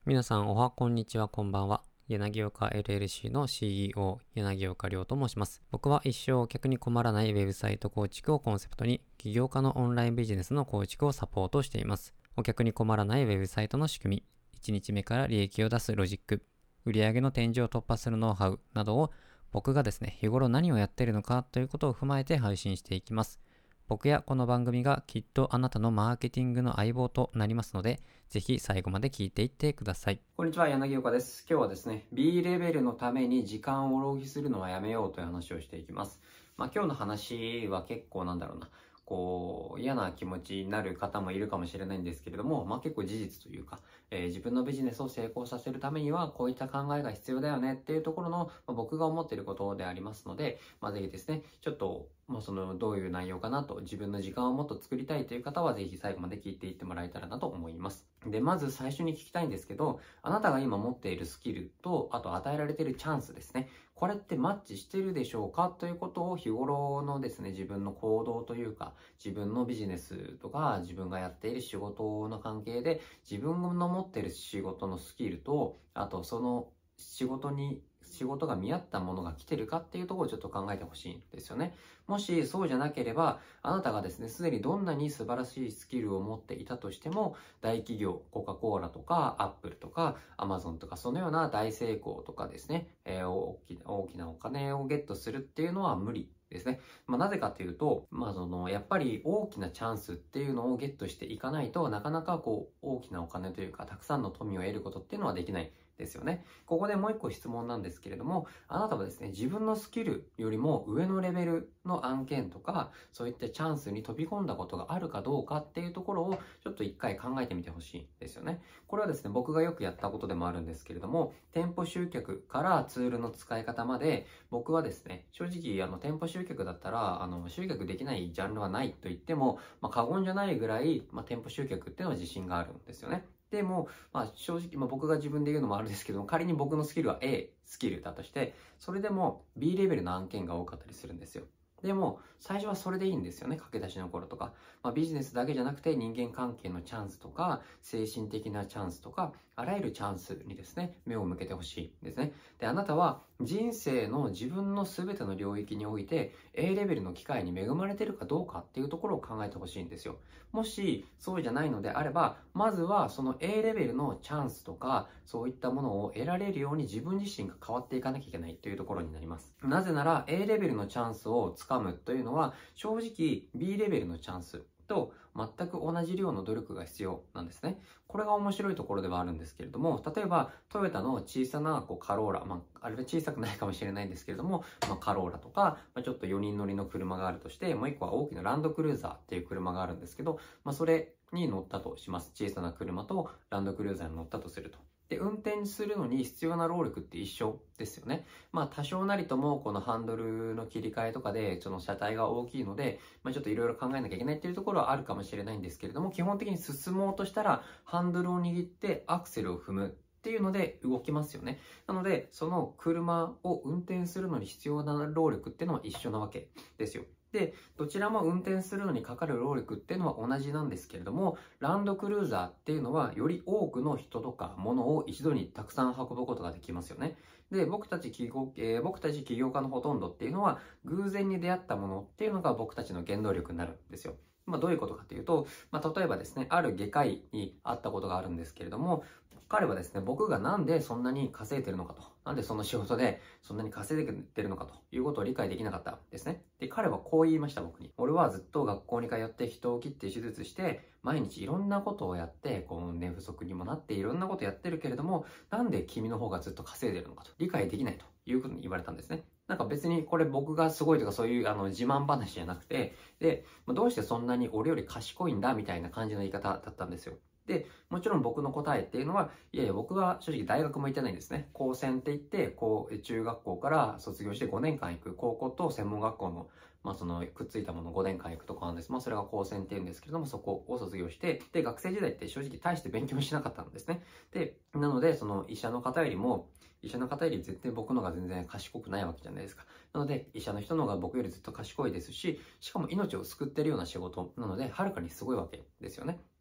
皆さん、おはこんにちは、こんばんは。柳岡 LLC の CEO、柳岡亮と申します。僕は一生お客に困らないウェブサイト構築をコンセプトに、起業家のオンラインビジネスの構築をサポートしています。お客に困らないウェブサイトの仕組み、1日目から利益を出すロジック、売上の天井を突破するノウハウなどを僕がですね、日頃何をやっているのかということを踏まえて配信していきます。僕やこの番組がきっとあなたのマーケティングの相棒となりますので、ぜひ最後まで聞いていってください。 こんにちは、柳岡です。今日はですね、B レベルのために時間を浪費するのはやめようという話をしていきます。今日の話は結構嫌な気持ちになる方もいるかもしれないんですけれども、結構事実というか、自分のビジネスを成功させるためにはこういった考えが必要だよねっていうところの、僕が思っていることでありますので、ぜひですね、ちょっとどういう内容かなと、自分の時間をもっと作りたいという方はぜひ最後まで聞いていってもらえたらなと思います。で、まず最初に聞きたいんですけど、あなたが今持っているスキルと、あと与えられているチャンスですね。これってマッチしてるでしょうかということを日頃のですね、自分の行動というか、自分のビジネスとか、自分がやっている仕事の関係で、自分の持っている仕事のスキルと、あとその仕事が見合ったものが来てるかっていうところをちょっと考えてほしいんですよね。もしそうじゃなければ、あなたがですね、すでにどんなに素晴らしいスキルを持っていたとしても、大企業、コカ・コーラとか、アップルとか、アマゾンとか、そのような大成功とかですね、大きなお金をゲットするっていうのは無理ですね。なぜかというと、やっぱり大きなチャンスっていうのをゲットしていかないとなかなか大きなお金というか、たくさんの富を得ることっていうのはできないですよね。ここでもう一個質問なんですけれども、あなたはですね、自分のスキルよりも上のレベルの案件とか、そういったチャンスに飛び込んだことがあるかどうかっていうところをちょっと一回考えてみてほしいんですよね。これはですね、僕がよくやったことでもあるんですけれども、店舗集客からツールの使い方まで、僕はですね、正直店舗集客だったら、集客できないジャンルはないと言っても、過言じゃないぐらい、店舗集客っていうのは自信があるんですよね。でも、正直、僕が自分で言うのもあるんですけども、仮に僕のスキルは A スキルだとして、それでも B レベルの案件が多かったりするんですよ。でも、最初はそれでいいんですよね。駆け出しの頃とか。ビジネスだけじゃなくて人間関係のチャンスとか、精神的なチャンスとか、あらゆるチャンスにですね、目を向けてほしいですね。で、あなたは人生の自分の全ての領域において A レベルの機会に恵まれてるかどうかっていうところを考えてほしいんですよ。もしそうじゃないのであれば、まずはその A レベルのチャンスとか、そういったものを得られるように自分自身が変わっていかなきゃいけないというところになります。なぜなら A レベルのチャンスをつかむというのは、正直 B レベルのチャンスと全く同じ量の努力が必要なんですね。これが面白いところではあるんですけれども、例えばトヨタの小さなカローラ、あれは小さくないかもしれないんですけれども、カローラとか、ちょっと4人乗りの車があるとして、もう1個は大きなランドクルーザーっていう車があるんですけど、それに乗ったとします。小さな車とランドクルーザーに乗ったとすると。で、運転するのに必要な労力って一緒ですよね。多少なりともこのハンドルの切り替えとかで、その車体が大きいので、ちょっといろいろ考えなきゃいけないっていうところはあるかもしれないんですけれども、基本的に進もうとしたら、ハンドルを握ってアクセルを踏むっていうので動きますよね。なので、その車を運転するのに必要な労力っていうのは一緒なわけですよ。で、どちらも運転するのにかかる労力っていうのは同じなんですけれども、ランドクルーザーっていうのはより多くの人とか物を一度にたくさん運ぶことができますよね。で、僕たち起業家のほとんどっていうのは偶然に出会ったものっていうのが僕たちの原動力になるんですよ。どういうことかというと、例えばですね、ある外科医に会ったことがあるんですけれども、彼はですね、僕がなんでそんなに稼いでるのかと、なんでその仕事でそんなに稼いでるのかということを理解できなかったですね。で、彼はこう言いました、僕に。俺はずっと学校に通って人を切って手術して、毎日いろんなことをやって、寝不足にもなっていろんなことやってるけれども、なんで君の方がずっと稼いでるのかと理解できないということに言われたんですね。別にこれ僕がすごいとかそういう自慢話じゃなくて、で、どうしてそんなに俺より賢いんだみたいな感じの言い方だったんですよ。で、もちろん僕の答えっていうのは、いやいや、僕は正直大学も行ってないんですね。高専って言って、中学校から卒業して5年間行く、高校と専門学校の、くっついたもの5年間行くとこなんです。それが高専って言うんですけれども、そこを卒業して、で、学生時代って正直大して勉強しなかったんですね。で、なので、医者の方より絶対僕のが全然賢くないわけじゃないですか。なので、医者の人の方が僕よりずっと賢いですし、しかも命を救ってるような仕事なので、はるかにすごいわけですよね。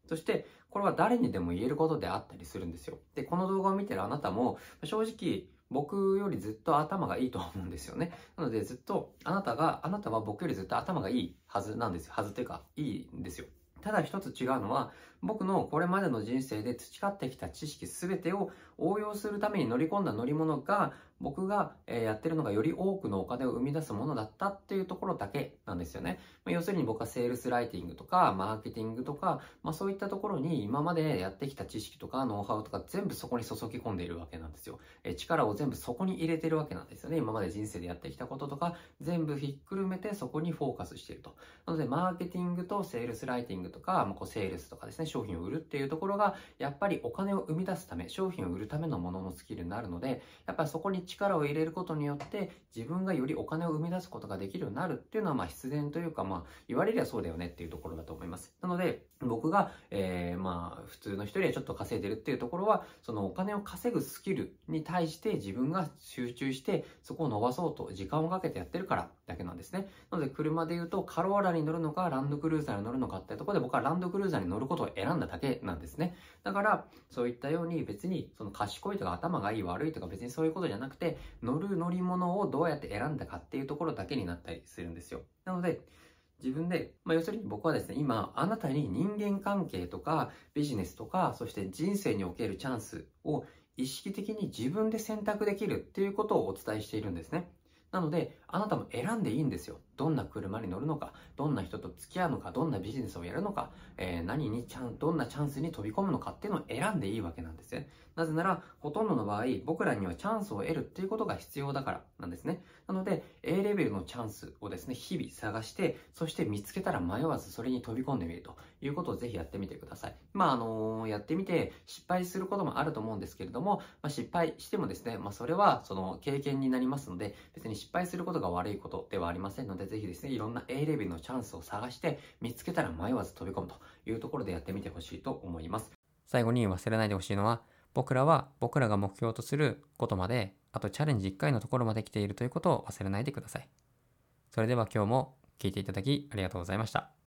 そして、これは誰にでも言えることであったりするんですよ。で、この動画を見てるあなたも、正直、僕よりずっと頭がいいと思うんですよね。なので、ずっと、あなたは僕よりずっと頭がいいはずなんですよ。はずというか、いいんですよ。ただ一つ違うのは、僕のこれまでの人生で培ってきた知識すべてを応用するために乗り込んだ乗り物が、僕がやってるのがより多くのお金を生み出すものだったっていうところだけなんですよね。要するに僕はセールスライティングとか、マーケティングとか、そういったところに今までやってきた知識とか、ノウハウとか全部そこに注ぎ込んでいるわけなんですよ。力を全部そこに入れてるわけなんですよね。今まで人生でやってきたこととか、全部ひっくるめてそこにフォーカスしていると。なので、マーケティングとセールスライティングとか、セールスとかですね、商品を売るっていうところが、やっぱりお金を生み出すため、商品を売るためのもののスキルになるので、やっぱりそこに力を入れることによって、自分がよりお金を生み出すことができるようになるっていうのは、必然というか、言われりゃそうだよねっていうところだと思います。なので、僕が、普通の人よりはちょっと稼いでるっていうところは、そのお金を稼ぐスキルに対して自分が集中して、そこを伸ばそうと時間をかけてやってるからだけなんですね。なので、車で言うと、カローラに乗るのか、ランドクルーザーに乗るのかっていうところで、僕はランドクルーザーに乗ることを選んだだけなんですね。だから、そういったように別に、その賢いとか頭がいい悪いとか別にそういうことじゃなくて、乗る乗り物をどうやって選んだかっていうところだけになったりするんですよ。なので、自分で、要するに僕はですね、今、あなたに人間関係とか、ビジネスとか、そして人生におけるチャンスを意識的に自分で選択できるっていうことをお伝えしているんですね。なので、あなたも選んでいいんですよ。どんな車に乗るのか、どんな人と付き合うのか、どんなビジネスをやるのか、どんなチャンスに飛び込むのかっていうのを選んでいいわけなんですね。なぜなら、ほとんどの場合、僕らにはチャンスを得るっていうことが必要だからなんですね。なので、A レベルのチャンスをですね、日々探して、そして見つけたら迷わずそれに飛び込んでみるということをぜひやってみてください。やってみて失敗することもあると思うんですけれども、失敗してもですね、それはその経験になりますので、別に失敗することが悪いことではありませんので、ぜひですね、いろんな A レベルのチャンスを探して、見つけたら迷わず飛び込むというところでやってみてほしいと思います。 最後に忘れないでほしいのは、僕らは僕らが目標とすることまで、あとチャレンジ1回のところまで来ているということを忘れないでください。それでは今日も聞いていただきありがとうございました。